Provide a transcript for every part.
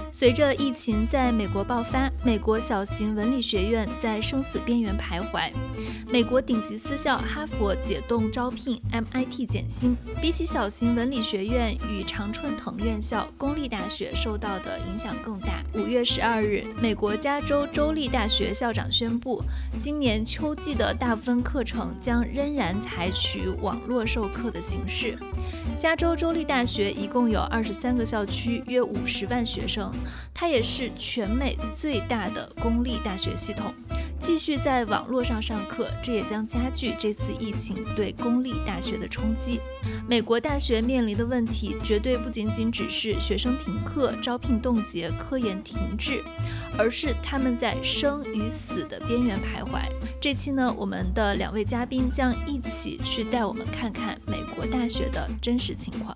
随着疫情在美国爆发，美国小型文理学院在生死边缘徘徊。美国顶级私校哈佛解冻招聘 ，MIT 减薪。比起小型文理学院与常春藤院校，公立大学受到的影响更大。5月12日，美国加州州立大学校长宣布，今年秋季的大部分课程将仍然采取网络授课的形式。加州州立大学一共有23个校区，约50万学生，它也是全美最大的公立大学系统。继续在网络上上课，这也将加剧这次疫情对公立大学的冲击。美国大学面临的问题绝对不仅仅只是学生停课、招聘冻结、科研停滞，而是他们在生与死的边缘徘徊。这期呢，我们的2位嘉宾将一起去带我们看看美国大学的真实情况。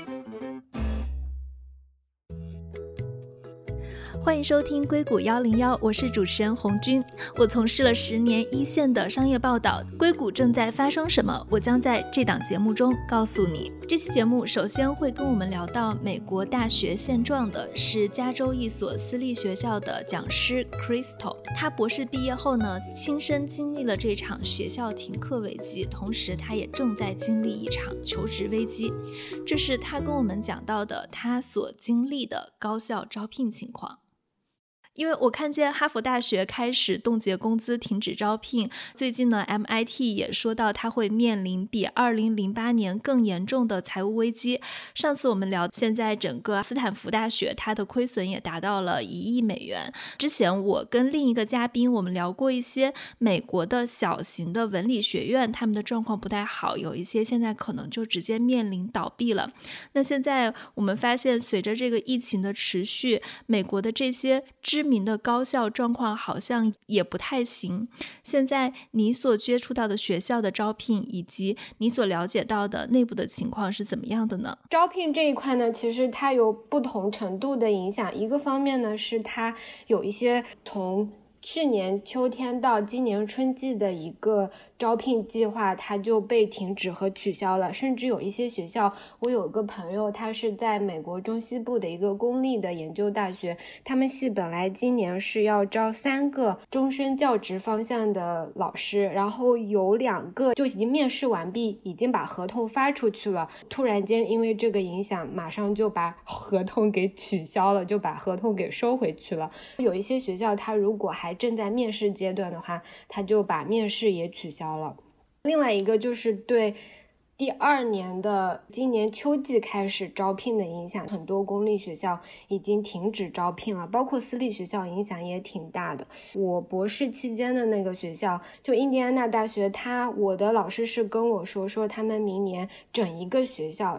欢迎收听硅谷101，我是主持人红军。我从事了10年一线的商业报道，硅谷正在发生什么，我将在这档节目中告诉你。这期节目首先会跟我们聊到美国大学现状的是加州一所私立学校的讲师 Crystal， 他博士毕业后呢，亲身经历了这场学校停课危机，同时他也正在经历一场求职危机。这是他跟我们讲到的他所经历的高校招聘情况。因为我看见哈佛大学开始冻结工资、停止招聘，最近呢 MIT 也说到它会面临比2008年更严重的财务危机。上次我们聊，现在整个斯坦福大学它的亏损也达到了1亿美元。之前我跟另一个嘉宾我们聊过一些美国的小型的文理学院，他们的状况不太好，有一些现在可能就直接面临倒闭了。那现在我们发现，随着这个疫情的持续，美国的这些知名的高校状况好像也不太行。现在你所接触到的学校的招聘，以及你所了解到的内部的情况是怎么样的呢？ 招聘这一块呢，其实它有不同程度的影响。一个方面呢，是它有一些从去年秋天到今年春季的一个招聘计划，它就被停止和取消了。甚至有一些学校，我有个朋友，他是在美国中西部的一个公立的研究大学，他们系本来今年是要招3个终身教职方向的老师，然后有2个就已经面试完毕，已经把合同发出去了，突然间因为这个影响，马上就把合同给取消了，就把合同给收回去了。有一些学校，他如果还正在面试阶段的话，他就把面试也取消了。另外一个就是对第2年的今年秋季开始招聘的影响，很多公立学校已经停止招聘了，包括私立学校影响也挺大的。我博士期间的那个学校，就印第安纳大学，我的老师是跟我说他们明年整一个学校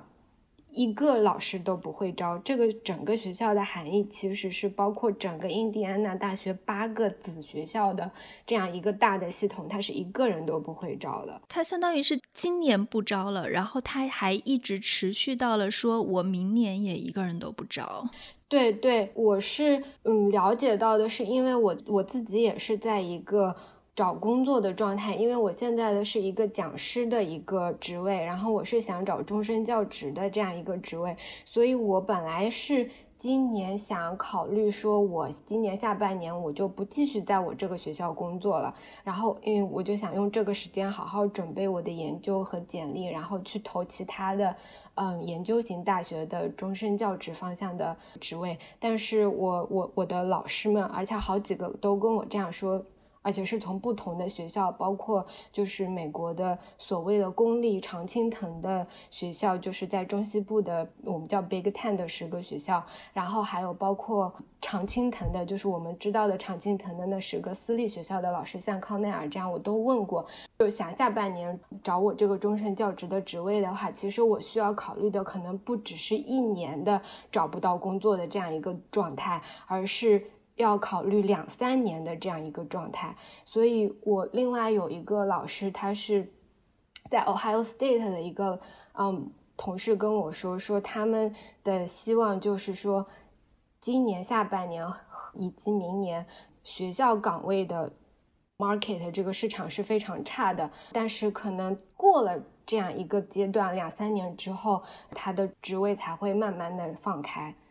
1个老师都不会招。这个整个学校的含义其实是包括整个印第安纳大学8个子学校的这样一个大的系统，它是1个人都不会招的。 它相当于是今年不招了，然后它还一直持续到了说我明年也1个人都不招。 对，我是了解到的，是因为我自己也是在一个找工作的状态，因为我现在的是一个讲师的一个职位，然后我是想找终身教职的这样一个职位，所以我本来是今年想考虑说我今年下半年我就不继续在我这个学校工作了，然后因为我就想用这个时间好好准备我的研究和简历，然后去投其他的研究型大学的终身教职方向的职位。但是我的老师们，而且好几个都跟我这样说，而且是从不同的学校，包括就是美国的所谓的公立常青藤的学校，就是在中西部的我们叫 Big Ten 的10个学校，然后还有包括常青藤的，就是我们知道的常青藤的那10个私立学校的老师，像康奈尔这样我都问过。就想下半年找我这个终身教职的职位的话，其实我需要考虑的可能不只是1年的找不到工作的这样一个状态，而是要考虑2-3年的这样一个状态。所以我另外有一个老师，他是在 Ohio State 的一个同事跟我说他们的希望就是说今年下半年以及明年学校岗位的 market 这个市场是非常差的，但是可能过了这样一个阶段2-3年之后，他的职位才会慢慢的放开。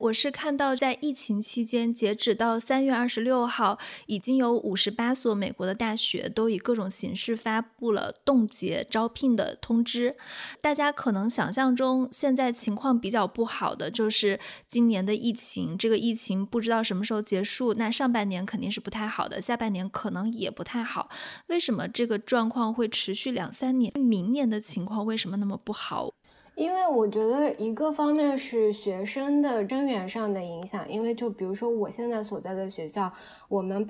我是看到在疫情期间，截止到3月26号，已经有58所美国的大学都以各种形式发布了冻结招聘的通知。大家可能想象中现在情况比较不好的就是今年的疫情，这个疫情不知道什么时候结束，那上半年肯定是不太好的，下半年可能也不太好。为什么这个状况会持续2-3年？明年的情况为什么那么不好？ 因为我觉得一个方面是学生的生源上的影响，因为就比如说我现在所在的学校，我们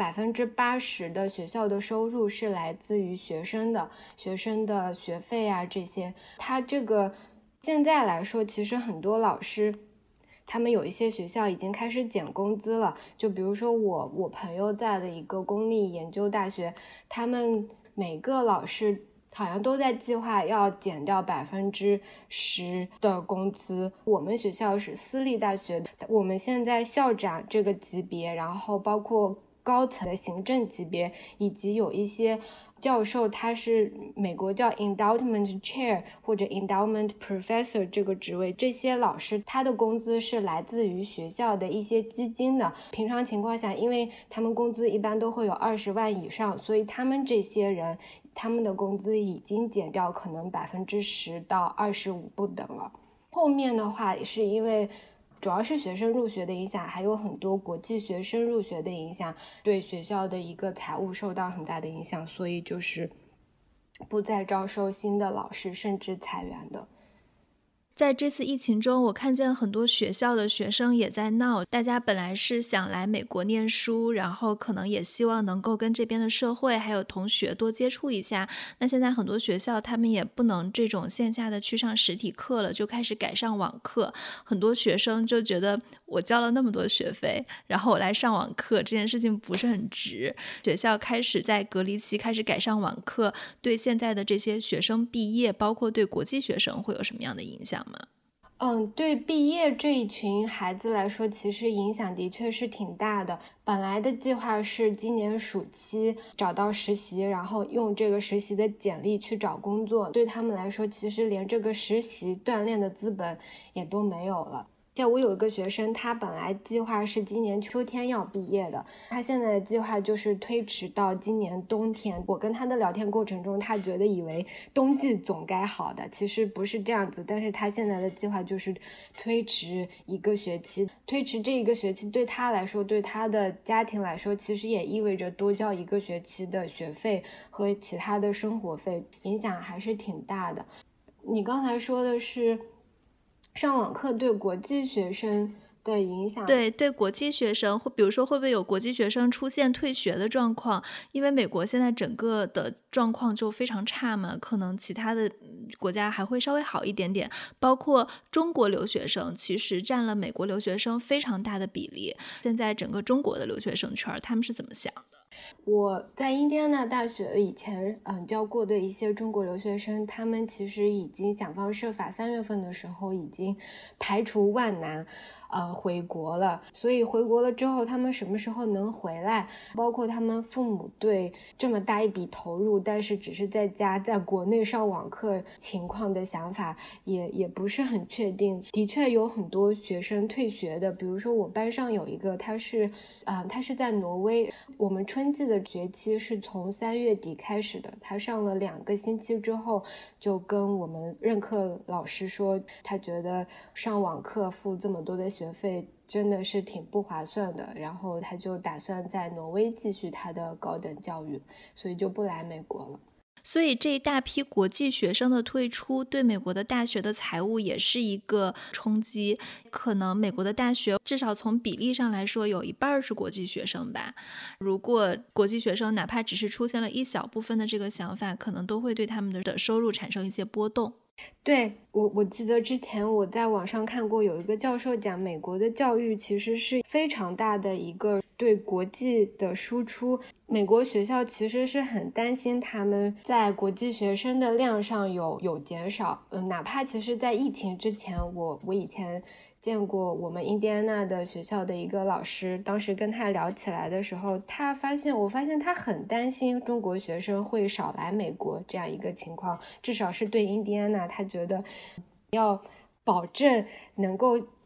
80%的学校的收入是来自于学生的学费啊这些。它这个现在来说，其实很多老师他们有一些学校已经开始减工资了，就比如说我朋友在的一个公立研究大学，他们每个老师好像都在计划要减掉10%的工资。我们学校是私立大学，我们现在校长这个级别，然后包括高层的行政级别，以及有一些教授他是美国叫 endowment chair 或者 endowment professor 这个职位，这些老师他的工资是来自于学校的一些基金的。平常情况下，因为他们工资一般都会有20万以上，所以他们这些人他们的工资已经减掉可能10%到25%不等了。后面的话也是因为主要是学生入学的影响，还有很多国际学生入学的影响，对学校的一个财务受到很大的影响，所以就是不再招收新的老师，甚至裁员的。 在这次疫情中，我看见很多学校的学生也在闹，大家本来是想来美国念书，然后可能也希望能够跟这边的社会还有同学多接触一下。那现在很多学校他们也不能这种线下的去上实体课了，就开始改上网课。很多学生就觉得我交了那么多学费，然后我来上网课，这件事情不是很值。学校开始在隔离期开始改上网课，对现在的这些学生毕业，包括对国际学生会有什么样的影响吗？ 对毕业这一群孩子来说，其实影响的确是挺大的。本来的计划是今年暑期找到实习，然后用这个实习的简历去找工作，对他们来说，其实连这个实习锻炼的资本也都没有了。像我有一个学生，他本来计划是今年秋天要毕业的，他现在的计划就是推迟到今年冬天。我跟他的聊天过程中，他觉得以为冬季总该好的，其实不是这样子，但是他现在的计划就是推迟1个学期。推迟这1个学期对他来说，对他的家庭来说，其实也意味着多交1个学期的学费和其他的生活费，影响还是挺大的。你刚才说的是上网课对国际学生的影响， 对国际学生，比如说会不会有国际学生出现退学的状况？因为美国现在整个的状况就非常差嘛，可能其他的国家还会稍微好一点点。包括中国留学生，其实占了美国留学生非常大的比例。现在整个中国的留学生圈，他们是怎么想的？ 我在印第安纳大学以前教过的一些中国留学生，他们其实已经想方设法，3月份的时候已经排除万难回国了。所以回国了之后，他们什么时候能回来，包括他们父母对这么大一笔投入，但是只是在家在国内上网课情况的想法也不是很确定。的确有很多学生退学的，比如说我班上有一个，他是在挪威，我们春季的学期是从3月底开始的，他上了2个星期之后，就跟我们任课老师说，他觉得上网课付这么多的学费真的是挺不划算的，然后他就打算在挪威继续他的高等教育，所以就不来美国了。 所以这一大批国际学生的退出对美国的大学的财务也是一个冲击。可能美国的大学至少从比例上来说有1半是国际学生吧，如果国际学生哪怕只是出现了一小部分的这个想法，可能都会对他们的收入产生一些波动。 对，我记得之前我在网上看过有一个教授讲，美国的教育其实是非常大的一个对国际的输出。美国学校其实是很担心他们在国际学生的量上有减少。哪怕其实在疫情之前，我以前见过我们印第安纳的学校的一个老师，当时跟他聊起来的时候，我发现他很担心中国学生会少来美国这样一个情况，至少是对印第安纳，他觉得要保证能够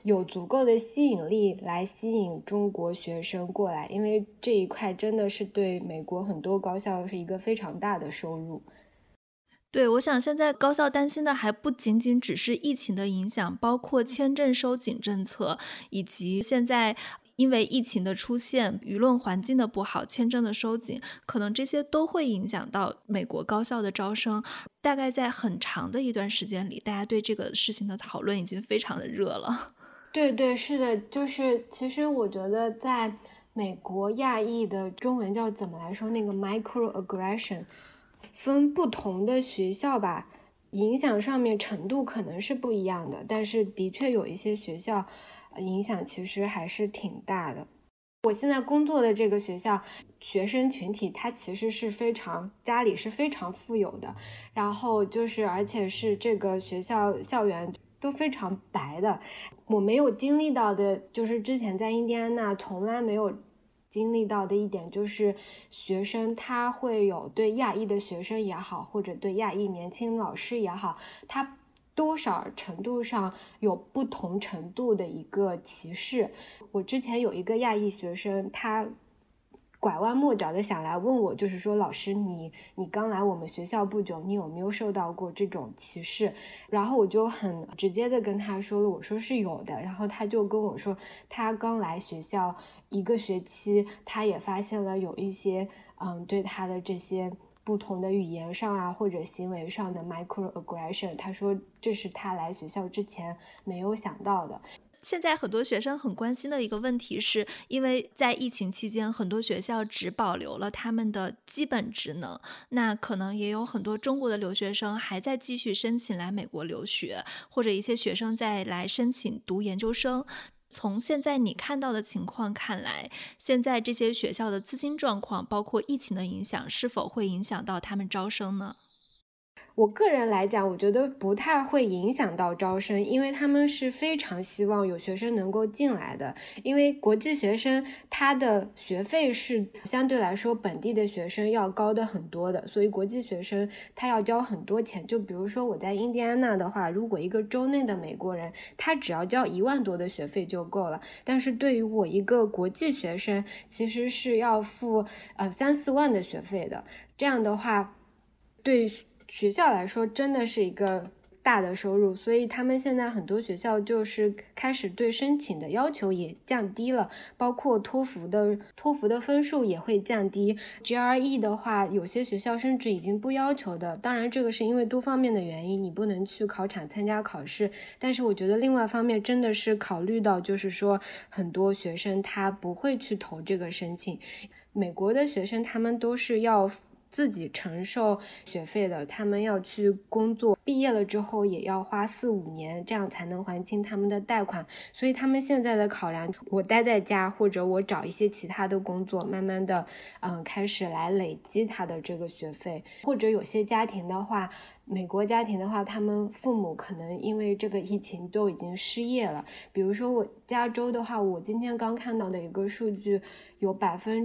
有足够的吸引力来吸引中国学生过来，因为这一块真的是对美国很多高校是一个非常大的收入。 对，我想现在高校担心的还不仅仅只是疫情的影响，包括签证收紧政策，以及现在因为疫情的出现，舆论环境的不好，签证的收紧，可能这些都会影响到美国高校的招生。大概在很长的一段时间里，大家对这个事情的讨论已经非常的热了。 对对，是的，就是其实我觉得在美国亚裔的中文叫怎么来说，那个 microaggression 分不同的学校吧，影响上面程度可能是不一样的，但是的确有一些学校影响其实还是挺大的。我现在工作的这个学校学生群体它其实是非常家里是非常富有的，然后就是而且是这个学校校园都非常白的。我没有经历到的就是之前在印第安纳从来没有经历到的一点，就是学生他会有对亚裔的学生也好，或者对亚裔年轻老师也好，他多少程度上有不同程度的一个歧视。我之前有一个亚裔学生，他拐弯抹角的想来问我，就是说老师你刚来我们学校不久，你有没有受到过这种歧视？然后我就很直接的跟他说了，我说是有的。然后他就跟我说，他刚来学校1个学期，他也发现了有一些对他的这些不同的语言上啊或者行为上的 microaggression， 他说这是他来学校之前没有想到的。 现在很多学生很关心的一个问题是，因为在疫情期间，很多学校只保留了他们的基本职能，那可能也有很多中国的留学生还在继续申请来美国留学，或者一些学生在来申请读研究生。从现在你看到的情况看来，现在这些学校的资金状况，包括疫情的影响，是否会影响到他们招生呢？ 我个人来讲，我觉得不太会影响到招生，因为他们是非常希望有学生能够进来的。因为国际学生他的学费是相对来说本地的学生要高的很多的，所以国际学生他要交很多钱。就比如说我在印第安纳的话，如果一个州内的美国人，他只要交1万多的学费就够了，但是对于我一个国际学生，其实是要付3-4万的学费的。这样的话，对学校来说真的是一个大的收入，所以他们现在很多学校就是开始对申请的要求也降低了，包括托福的分数也会降低。 GRE 的话，有些学校甚至已经不要求的，当然这个是因为多方面的原因，你不能去考场参加考试，但是我觉得另外方面真的是考虑到就是说很多学生他不会去投这个申请。美国的学生他们都是要自己承受学费的，他们要去工作，毕业了之后也要花4-5年，这样才能还清他们的贷款。所以他们现在的考量，我待在家或者我找一些其他的工作，慢慢的开始来累积他的这个学费。或者有些家庭的话，美国家庭的话，他们父母可能因为这个疫情都已经失业了。比如说我加州的话，我今天刚看到的一个数据，有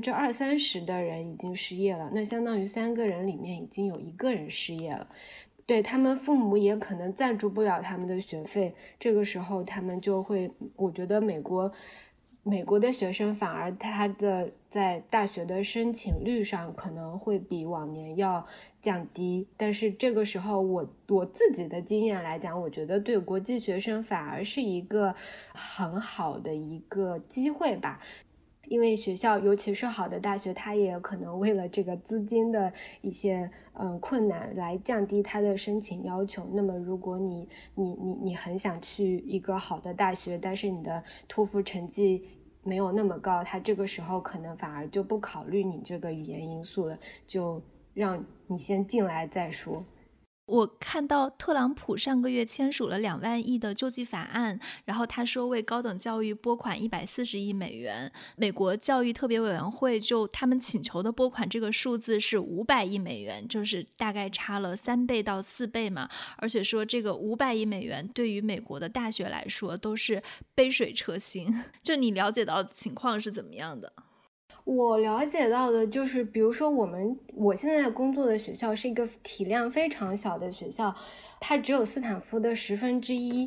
20-30%的人已经失业了，那相当于3个人里面已经有1个人失业了。对，他们父母也可能赞助不了他们的学费，这个时候他们就会，我觉得美国的学生反而他的在大学的申请率上可能会比往年要降低，但是这个时候我自己的经验来讲，我觉得对国际学生反而是一个很好的一个机会吧。因为学校尤其是好的大学，它也可能为了这个资金的一些困难来降低它的申请要求。那么如果你很想去一个好的大学，但是你的托福成绩没有那么高，他这个时候可能反而就不考虑你这个语言因素了，就让你先进来再说。 我看到特朗普上个月签署了2万亿的救济法案，然后他说为高等教育拨款140亿美元。美国教育特别委员会就他们请求的拨款这个数字是500亿美元，就是大概差了3倍到4倍嘛。而且说这个500亿美元对于美国的大学来说都是杯水车薪。就你了解到的情况是怎么样的？ 我了解到的就是，比如说我现在工作的学校是一个体量非常小的学校，它只有斯坦福的1/10，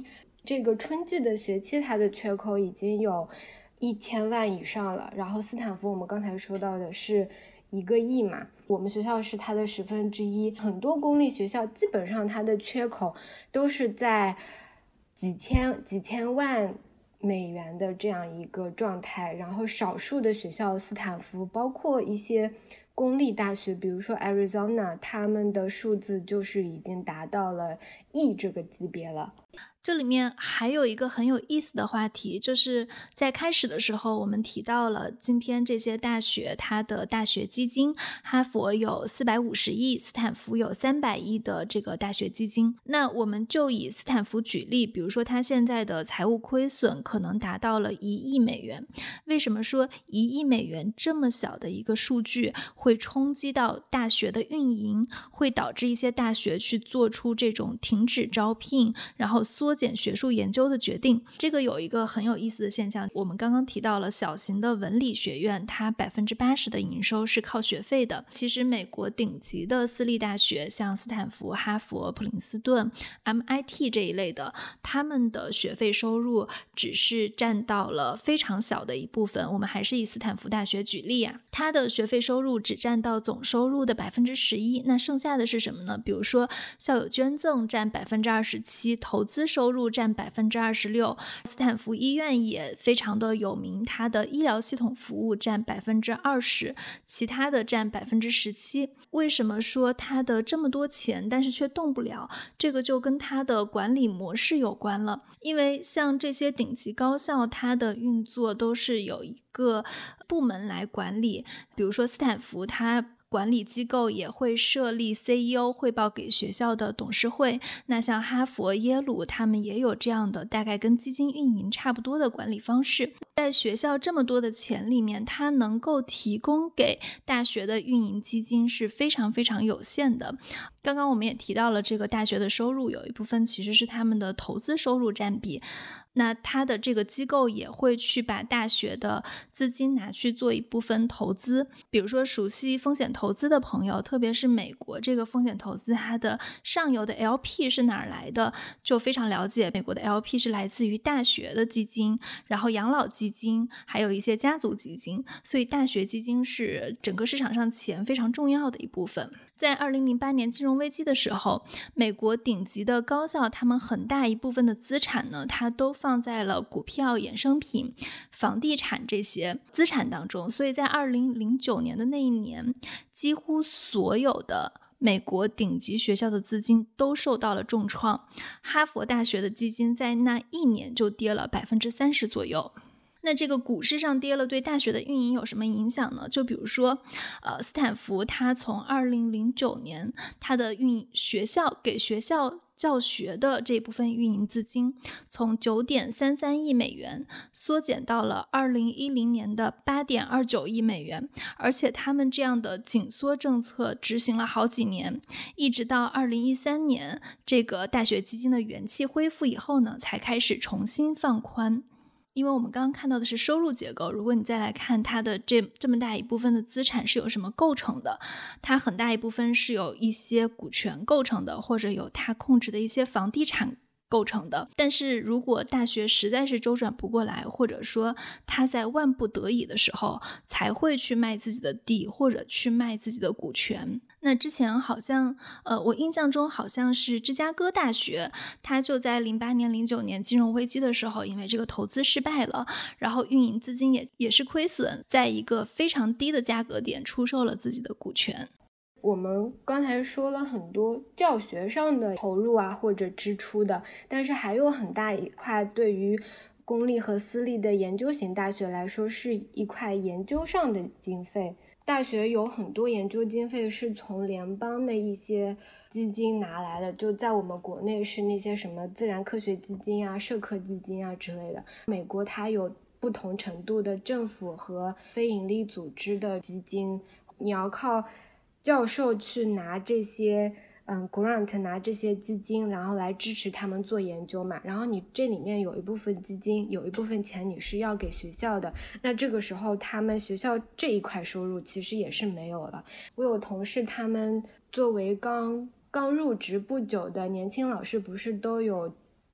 这个春季的学期它的缺口已经有1000万以上了，然后斯坦福我们刚才说到的是1个亿嘛，我们学校是它的1/10，很多公立学校基本上它的缺口都是在几千万美元的这样一个状态，然后少数的学校，斯坦福包括一些公立大学，比如说 Arizona， 他们的数字就是已经达到了亿这个级别了。 这里面还有一个很有意思的话题，就是在开始的时候我们提到了今天这些大学它的大学基金，哈佛有450亿，斯坦福有300亿的这个大学基金。那我们就以斯坦福举例，比如说它现在的财务亏损可能达到了1亿美元。为什么说1亿美元这么小的一个数据会冲击到大学的运营，会导致一些大学去做出这种停止招聘，然后缩减学术研究的决定？这个有一个很有意思的现象，我们刚刚提到了小型的文理学院，它80%的营收是靠学费的。其实美国顶级的私立大学，像斯坦福、哈佛、普林斯顿、MIT 这一类的，他们的学费收入只是占到了非常小的一部分。我们还是以斯坦福大学举例啊，它的学费收入只占到总收入的11%，那剩下的是什么呢？比如说校友捐赠占27%，投资收入占26%，斯坦福医院也非常的有名，它的医疗系统服务占20%，其他的占17%。为什么说它的这么多钱但是却动不了？这个就跟它的管理模式有关了。因为像这些顶级高校，它的运作都是有一个部门来管理，比如说斯坦福，它管理机构也会设立 CEO 汇报给学校的董事会。那像哈佛、耶鲁他们也有这样的大概跟基金运营差不多的管理方式。在学校这么多的钱里面，它能够提供给大学的运营基金是非常非常有限的。刚刚我们也提到了这个大学的收入有一部分其实是他们的投资收入占比，那他的这个机构也会去把大学的资金拿去做一部分投资。比如说熟悉风险投资的朋友，特别是美国这个风险投资它的上游的 LP 是哪儿来的，就非常了解。美国的 LP 是来自于大学的基金，然后养老基金，还有一些家族基金，所以大学基金是整个市场上钱非常重要的一部分。在2008年金融危机的时候，美国顶级的高校他们很大一部分的资产呢，它都放在了股票、衍生品、房地产这些资产当中。所以在2009年的那一年，几乎所有的美国顶级学校的资金都受到了重创。哈佛大学的基金在那一年就跌了30%左右。那这个股市上跌了，对大学的运营有什么影响呢？就比如说，斯坦福它从2009年它的学校给学校教学的这部分运营资金从9.33亿美元缩减到了2010年的8.29亿美元，而且他们这样的紧缩政策执行了好几年，一直到2013年这个大学基金的元气恢复以后呢，才开始重新放宽。因为我们刚刚看到的是收入结构，如果你再来看它的这么大一部分的资产是有什么构成的，它很大一部分是有一些股权构成的，或者有它控制的一些房地产构成的。但是如果大学实在是周转不过来，或者说他在万不得已的时候才会去卖自己的地，或者去卖自己的股权。那之前好像我印象中好像是芝加哥大学，它就在08年09年金融危机的时候，因为这个投资失败了，然后运营资金也是亏损，在一个非常低的价格点出售了自己的股权。 我们刚才说了很多教学上的投入啊或者支出的，但是还有很大一块对于公立和私立的研究型大学来说是一块研究上的经费。大学有很多研究经费是从联邦的一些基金拿来的，就在我们国内是那些什么自然科学基金啊、社科基金啊之类的。美国它有不同程度的政府和非营利组织的基金，你要靠教授去拿这些grant， 拿这些基金，然后来支持他们做研究嘛。然后你这里面有一部分基金，有一部分钱你是要给学校的，那这个时候他们学校这一块收入其实也是没有了。我有同事，他们作为刚入职不久的年轻老师，不是都有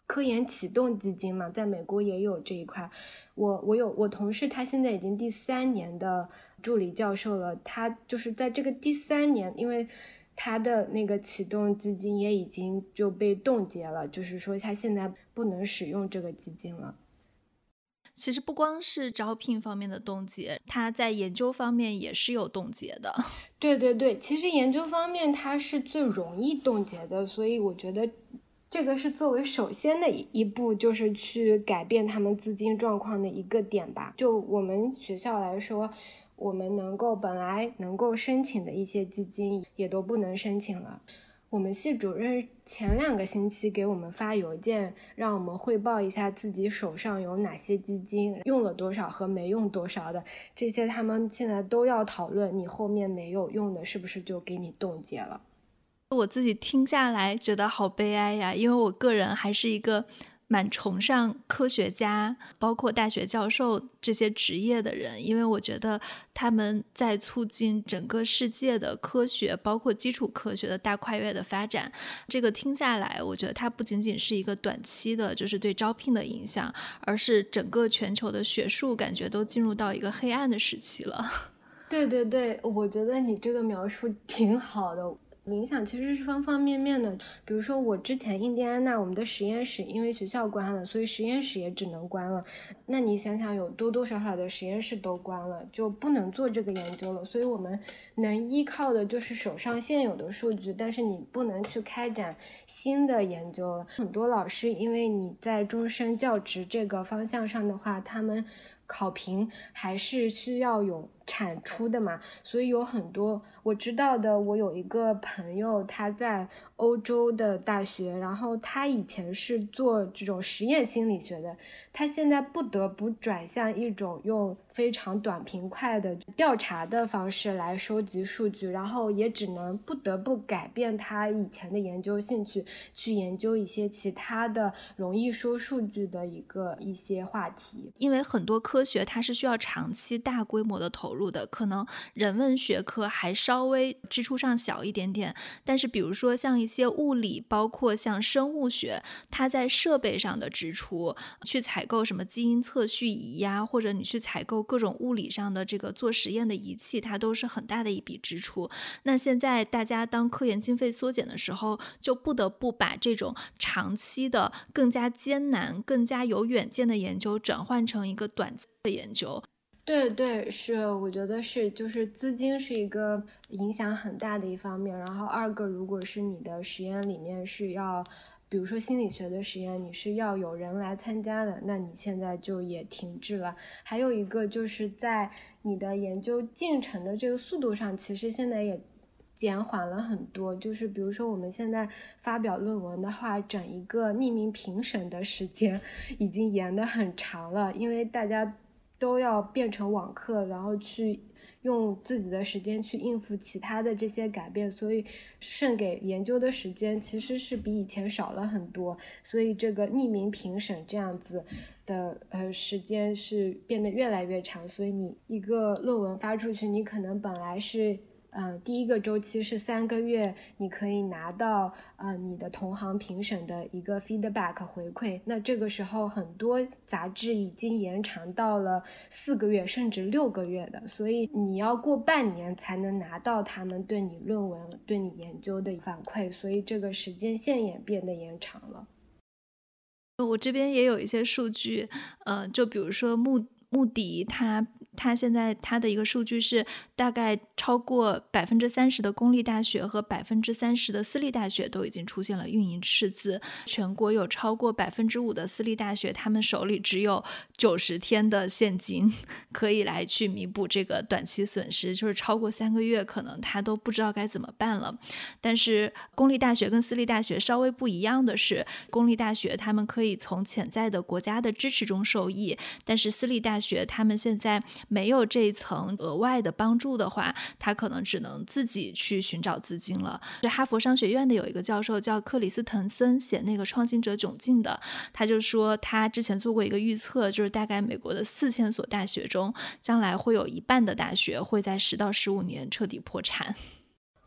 科研启动基金嘛，在美国也有这一块。我同事他现在已经第3年的助理教授了，他就是在这个第3年，因为他的那个启动基金也已经就被冻结了，就是说他现在不能使用这个基金了。 其实不光是招聘方面的冻结，它在研究方面也是有冻结的。 对对对，其实研究方面它是最容易冻结的，所以我觉得这个是作为首先的一步，就是去改变他们资金状况的一个点吧。就我们学校来说，我们本来能够申请的一些基金也都不能申请了。我们系主任前2个星期给我们发邮件，让我们汇报一下自己手上有哪些基金，用了多少和没用多少的，这些他们现在都要讨论，你后面没有用的是不是就给你冻结了。 我自己听下来觉得好悲哀呀，因为我个人还是一个蛮崇尚科学家包括大学教授这些职业的人，因为我觉得他们在促进整个世界的科学包括基础科学的大跨越的发展。这个听下来我觉得它不仅仅是一个短期的就是对招聘的影响，而是整个全球的学术感觉都进入到一个黑暗的时期了。 对对对，我觉得你这个描述挺好的。影响其实是方方面面的，比如说我之前印第安纳我们的实验室因为学校关了，所以实验室也只能关了。那你想想有多多少少的实验室都关了，就不能做这个研究了，所以我们能依靠的就是手上现有的数据，但是你不能去开展新的研究了。很多老师因为你在终身教职这个方向上的话，他们考评还是需要有产出的嘛，所以有很多我知道的，我有一个朋友他在欧洲的大学，然后他以前是做这种实验心理学的，他现在不得不转向一种用非常短平快的调查的方式来收集数据，然后也只能不得不改变他以前的研究兴趣，去研究一些其他的容易收数据的一些话题。 因为很多科学它是需要长期大规模的投入的，可能人文学科还稍微支出上小一点点，但是比如说像一些物理包括像生物学，它在设备上的支出，去采购什么基因测序仪呀，或者你去采购各种物理上的这个做实验的仪器，它都是很大的一笔支出。那现在大家当科研经费缩减的时候，就不得不把这种长期的更加艰难更加有远见的研究转换成一个短期的研究。 对对，是，我觉得是，就是资金是一个影响很大的一方面，然后2个，如果是你的实验里面是要比如说心理学的实验你是要有人来参加的，那你现在就也停滞了。还有一个就是在你的研究进程的这个速度上，其实现在也减缓了很多，就是比如说我们现在发表论文的话，整一个匿名评审的时间已经延得很长了，因为大家都要变成网课，然后去用自己的时间去应付其他的这些改变，所以剩给研究的时间其实是比以前少了很多，所以这个匿名评审这样子的时间是变得越来越长，所以你一个论文发出去，你可能本来是第一个周期是3个月，你可以拿到你的同行评审的一个 feedback 回馈，那这个时候很多杂志已经延长到了4个月甚至6个月的，所以你要过半年才能拿到他们对你论文对你研究的反馈，所以这个时间线也变得延长了。 我这边也有一些数据，就比如说穆迪它现在它的一个数据是大概超过 30% 的公立大学和 30% 的私立大学都已经出现了运营赤字，全国有超过 5% 的私立大学他们手里只有90天的现金可以来去弥补这个短期损失，就是超过3个月可能他都不知道该怎么办了。但是公立大学跟私立大学稍微不一样的是，公立大学他们可以从潜在的国家的支持中受益，但是私立大学他们现在没有这一层额外的帮助的话，他可能只能自己去寻找资金了。哈佛商学院的有一个教授叫克里斯滕森，写那个创新者窘境的，他就说他之前做过一个预测，就是大概美国的4000所大学中，将来会有一半的大学会在10到15年彻底破产。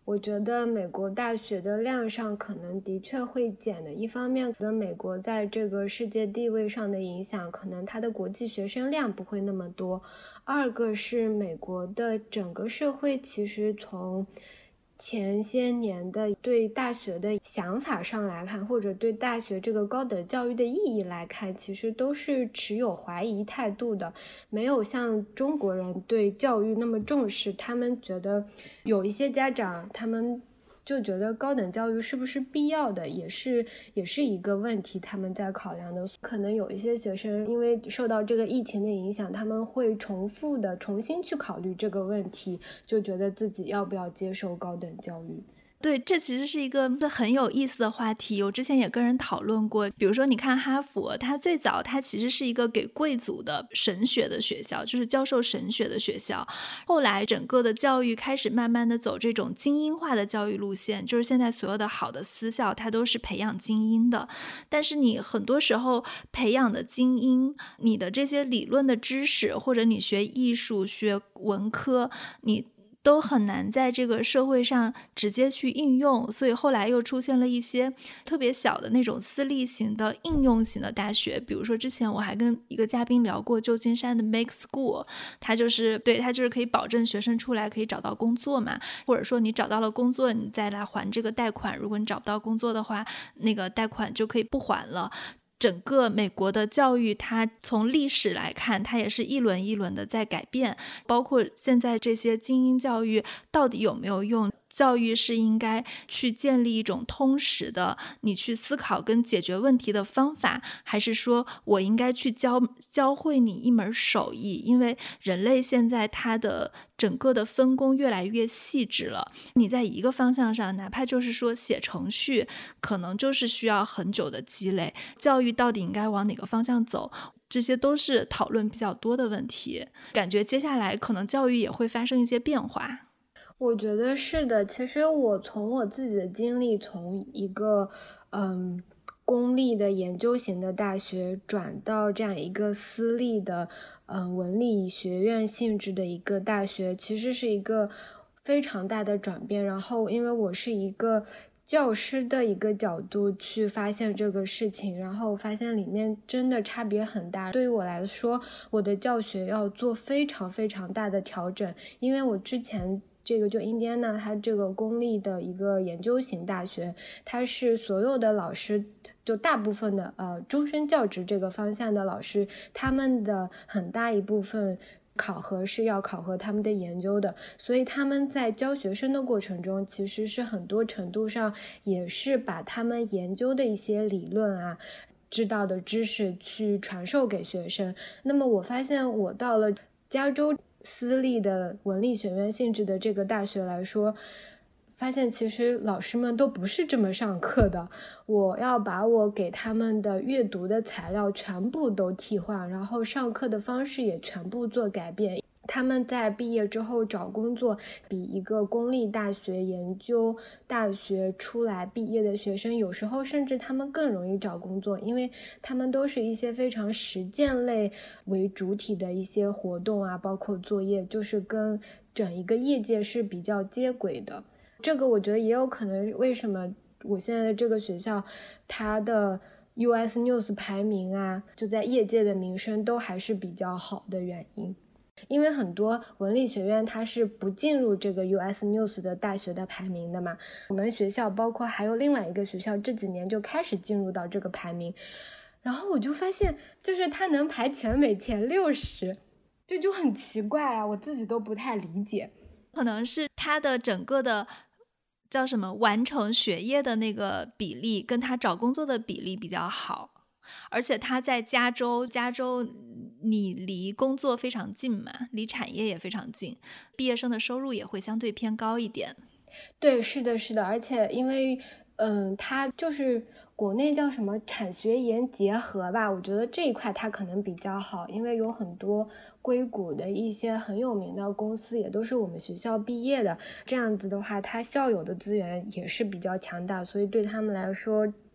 我觉得美国大学的量上可能的确会减的，一方面可能美国在这个世界地位上的影响，可能它的国际学生量不会那么多。二个是美国的整个社会其实从前些年的对大学的想法上来看，或者对大学这个高等教育的意义来看，其实都是持有怀疑态度的，没有像中国人对教育那么重视。他们觉得有一些家长他们就觉得高等教育是不是必要的，也是一个问题，他们在考量的。可能有一些学生因为受到这个疫情的影响，他们会重新去考虑这个问题，就觉得自己要不要接受高等教育。 对，这其实是一个很有意思的话题，我之前也跟人讨论过。比如说你看哈佛，它最早它其实是一个给贵族的神学的学校，就是教授神学的学校。后来整个的教育开始慢慢的走这种精英化的教育路线，就是现在所有的好的私校它都是培养精英的。但是你很多时候培养的精英，你的这些理论的知识，或者你学艺术学文科，你都很难在这个社会上直接去应用，所以后来又出现了一些特别小的那种私立型的应用型的大学。比如说之前我还跟一个嘉宾聊过旧金山的 Make School， 它就是可以保证学生出来可以找到工作嘛，或者说你找到了工作你再来还这个贷款，如果你找不到工作的话，那个贷款就可以不还了。整个美国的教育它从历史来看，它也是一轮一轮的在改变，包括现在这些精英教育到底有没有用，教育是应该去建立一种通识的你去思考跟解决问题的方法，还是说我应该去教会你一门手艺，因为人类现在它的整个的分工越来越细致了，你在一个方向上哪怕就是说写程序可能就是需要很久的积累，教育到底应该往哪个方向走，这些都是讨论比较多的问题。感觉接下来可能教育也会发生一些变化。 我觉得是的，其实我从我自己的经历，从一个公立的研究型的大学转到这样一个私立的文理学院性质的一个大学，其实是一个非常大的转变。然后因为我是一个教师的一个角度去发现这个事情，然后发现里面真的差别很大。对于我来说，我的教学要做非常非常大的调整，因为我之前这个就印第安纳它这个公立的一个研究型大学，它是所有的老师，就大部分的终身教职这个方向的老师，他们的很大一部分考核是要考核他们的研究的，所以他们在教学生的过程中，其实是很多程度上也是把他们研究的一些理论啊知道的知识去传授给学生。那么我发现我到了加州私立的文理学院性质的这个大学来说，发现其实老师们都不是这么上课的，我要把我给他们的阅读的材料全部都替换，然后上课的方式也全部做改变。他们在毕业之后找工作，比一个公立大学研究大学出来毕业的学生，有时候甚至他们更容易找工作，因为他们都是一些非常实践类为主体的一些活动啊，包括作业，就是跟整一个业界是比较接轨的。这个我觉得也有可能为什么我现在的这个学校它的 US News 排名啊，就在业界的名声都还是比较好的原因。因为很多文理学院它是不进入这个 US News 的大学的排名的嘛，我们学校包括还有另外一个学校这几年就开始进入到这个排名，然后我就发现就是它能排全美前60，这就很奇怪啊，我自己都不太理解。 可能是它的整个的叫什么完成学业的那个比例跟他找工作的比例比较好，而且他在加州你离工作非常近嘛，离产业也非常近，毕业生的收入也会相对偏高一点。 对，是的，是的，而且因为它就是国内叫什么产学研结合吧，我觉得这一块它可能比较好，因为有很多硅谷的一些很有名的公司也都是我们学校毕业的，这样子的话它校友的资源也是比较强大，所以对他们来说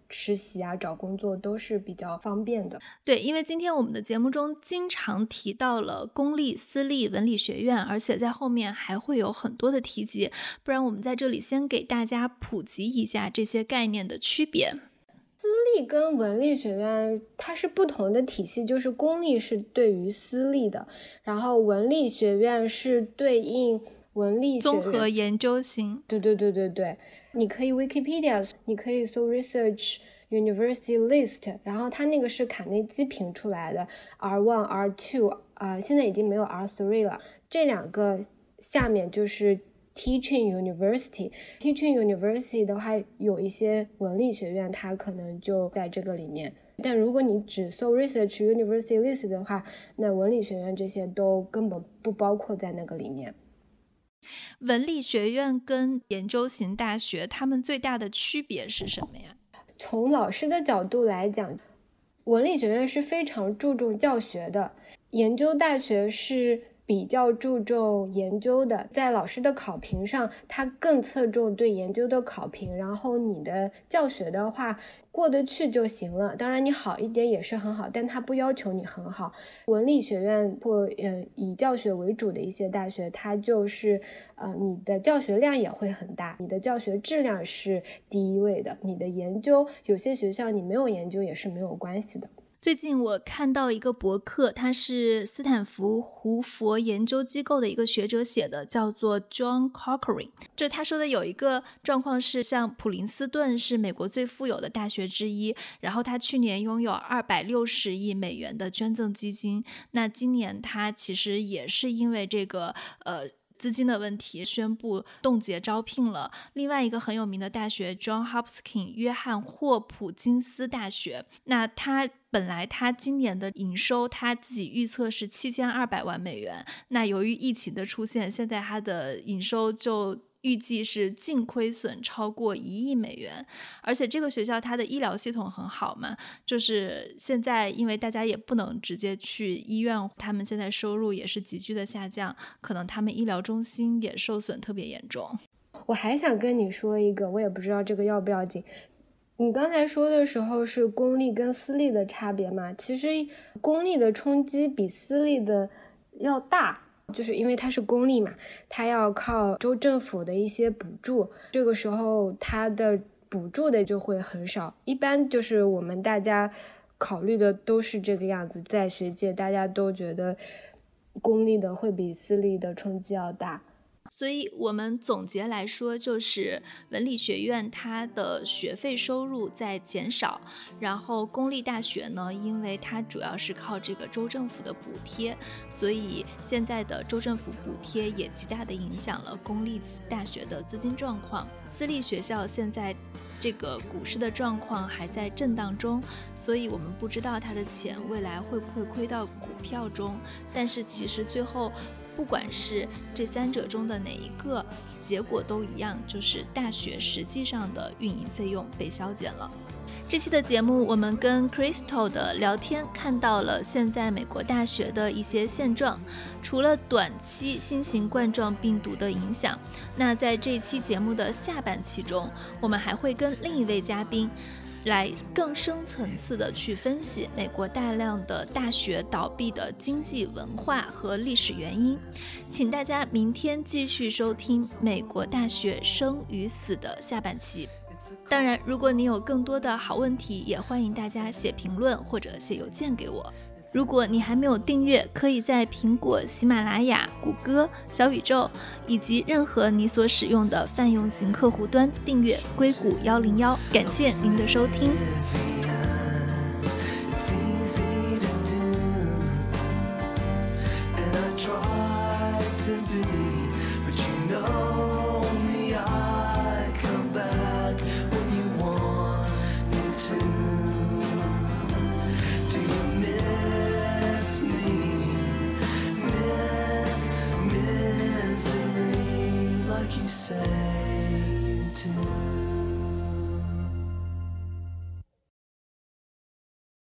实习啊找工作都是比较方便的。 对，因为今天我们的节目中经常提到了公立私立文理学院，而且在后面还会有很多的提及，不然我们在这里先给大家普及一下这些概念的区别。 私立跟文理学院它是不同的体系，就是公立是对于私立的，然后文理学院是对应文理学院综合研究型。 对，你可以 Wikipedia， 你可以搜 Research University List， 然后它那个是卡内基评出来的 R1、R2 现在已经没有 R3 了，这两个下面就是 Teaching University。Teaching University 的话，有一些文理学院它可能就在这个里面，但如果你只搜 Research University List 的话，那文理学院这些都根本不包括在那个里面。 文理学院跟研究型大学它们最大的区别是什么呀？ 从老师的角度来讲，文理学院是非常注重教学的，研究大学是比较注重研究的，在老师的考评上，他更侧重对研究的考评，然后你的教学的话过得去就行了，当然你好一点也是很好，但他不要求你很好。文理学院或以教学为主的一些大学，它就是你的教学量也会很大，你的教学质量是第一位的，你的研究有些学校你没有研究也是没有关系的。 最近我看到一个博客，他是斯坦福胡佛研究机构的一个学者写的，叫做 John Cochrane。就他说的有一个状况是，像普林斯顿是美国最富有的大学之一，然后他去年拥有260亿美元的捐赠基金，那今年他其实也是因为这个资金的问题宣布冻结招聘了。另外一个很有名的大学 John Hopkins 约翰霍普金斯大学，那他本来他今年的营收他自己预测是7200万美元，那由于疫情的出现，现在他的营收就预计是净亏损超过1亿美元。而且这个学校它的医疗系统很好嘛，就是现在因为大家也不能直接去医院，他们现在收入也是急剧的下降，可能他们医疗中心也受损特别严重。 我还想跟你说一个，我也不知道这个要不要紧，你刚才说的时候是公立跟私立的差别嘛，其实公立的冲击比私立的要大，就是因为它是公立嘛，它要靠州政府的一些补助，这个时候它的补助的就会很少，一般就是我们大家考虑的都是这个样子，在学界大家都觉得公立的会比私立的冲击要大。 所以我们总结来说，就是文理学院它的学费收入在减少，然后公立大学呢，因为它主要是靠这个州政府的补贴，所以现在的州政府补贴也极大的影响了公立大学的资金状况。私立学校现在这个股市的状况还在震荡中，所以我们不知道它的钱未来会不会亏到股票中，但是其实最后不管是这三者中的哪一个，结果都一样，就是大学实际上的运营费用被削减了。这期的节目我们跟 Crystal 的聊天看到了现在美国大学的一些现状，除了短期新型冠状病毒的影响，那在这期节目的下半期中，我们还会跟另一位嘉宾来更深层次的去分析美国大量的大学倒闭的经济文化和历史原因。请大家明天继续收听美国大学生与死的下半期。当然，如果你有更多的好问题，也欢迎大家写评论或者写邮件给我。如果你还没有订阅，可以在苹果、喜马拉雅、谷歌、小宇宙以及任何你所使用的泛用型客户端订阅硅谷101。感谢您的收听。 You say you do.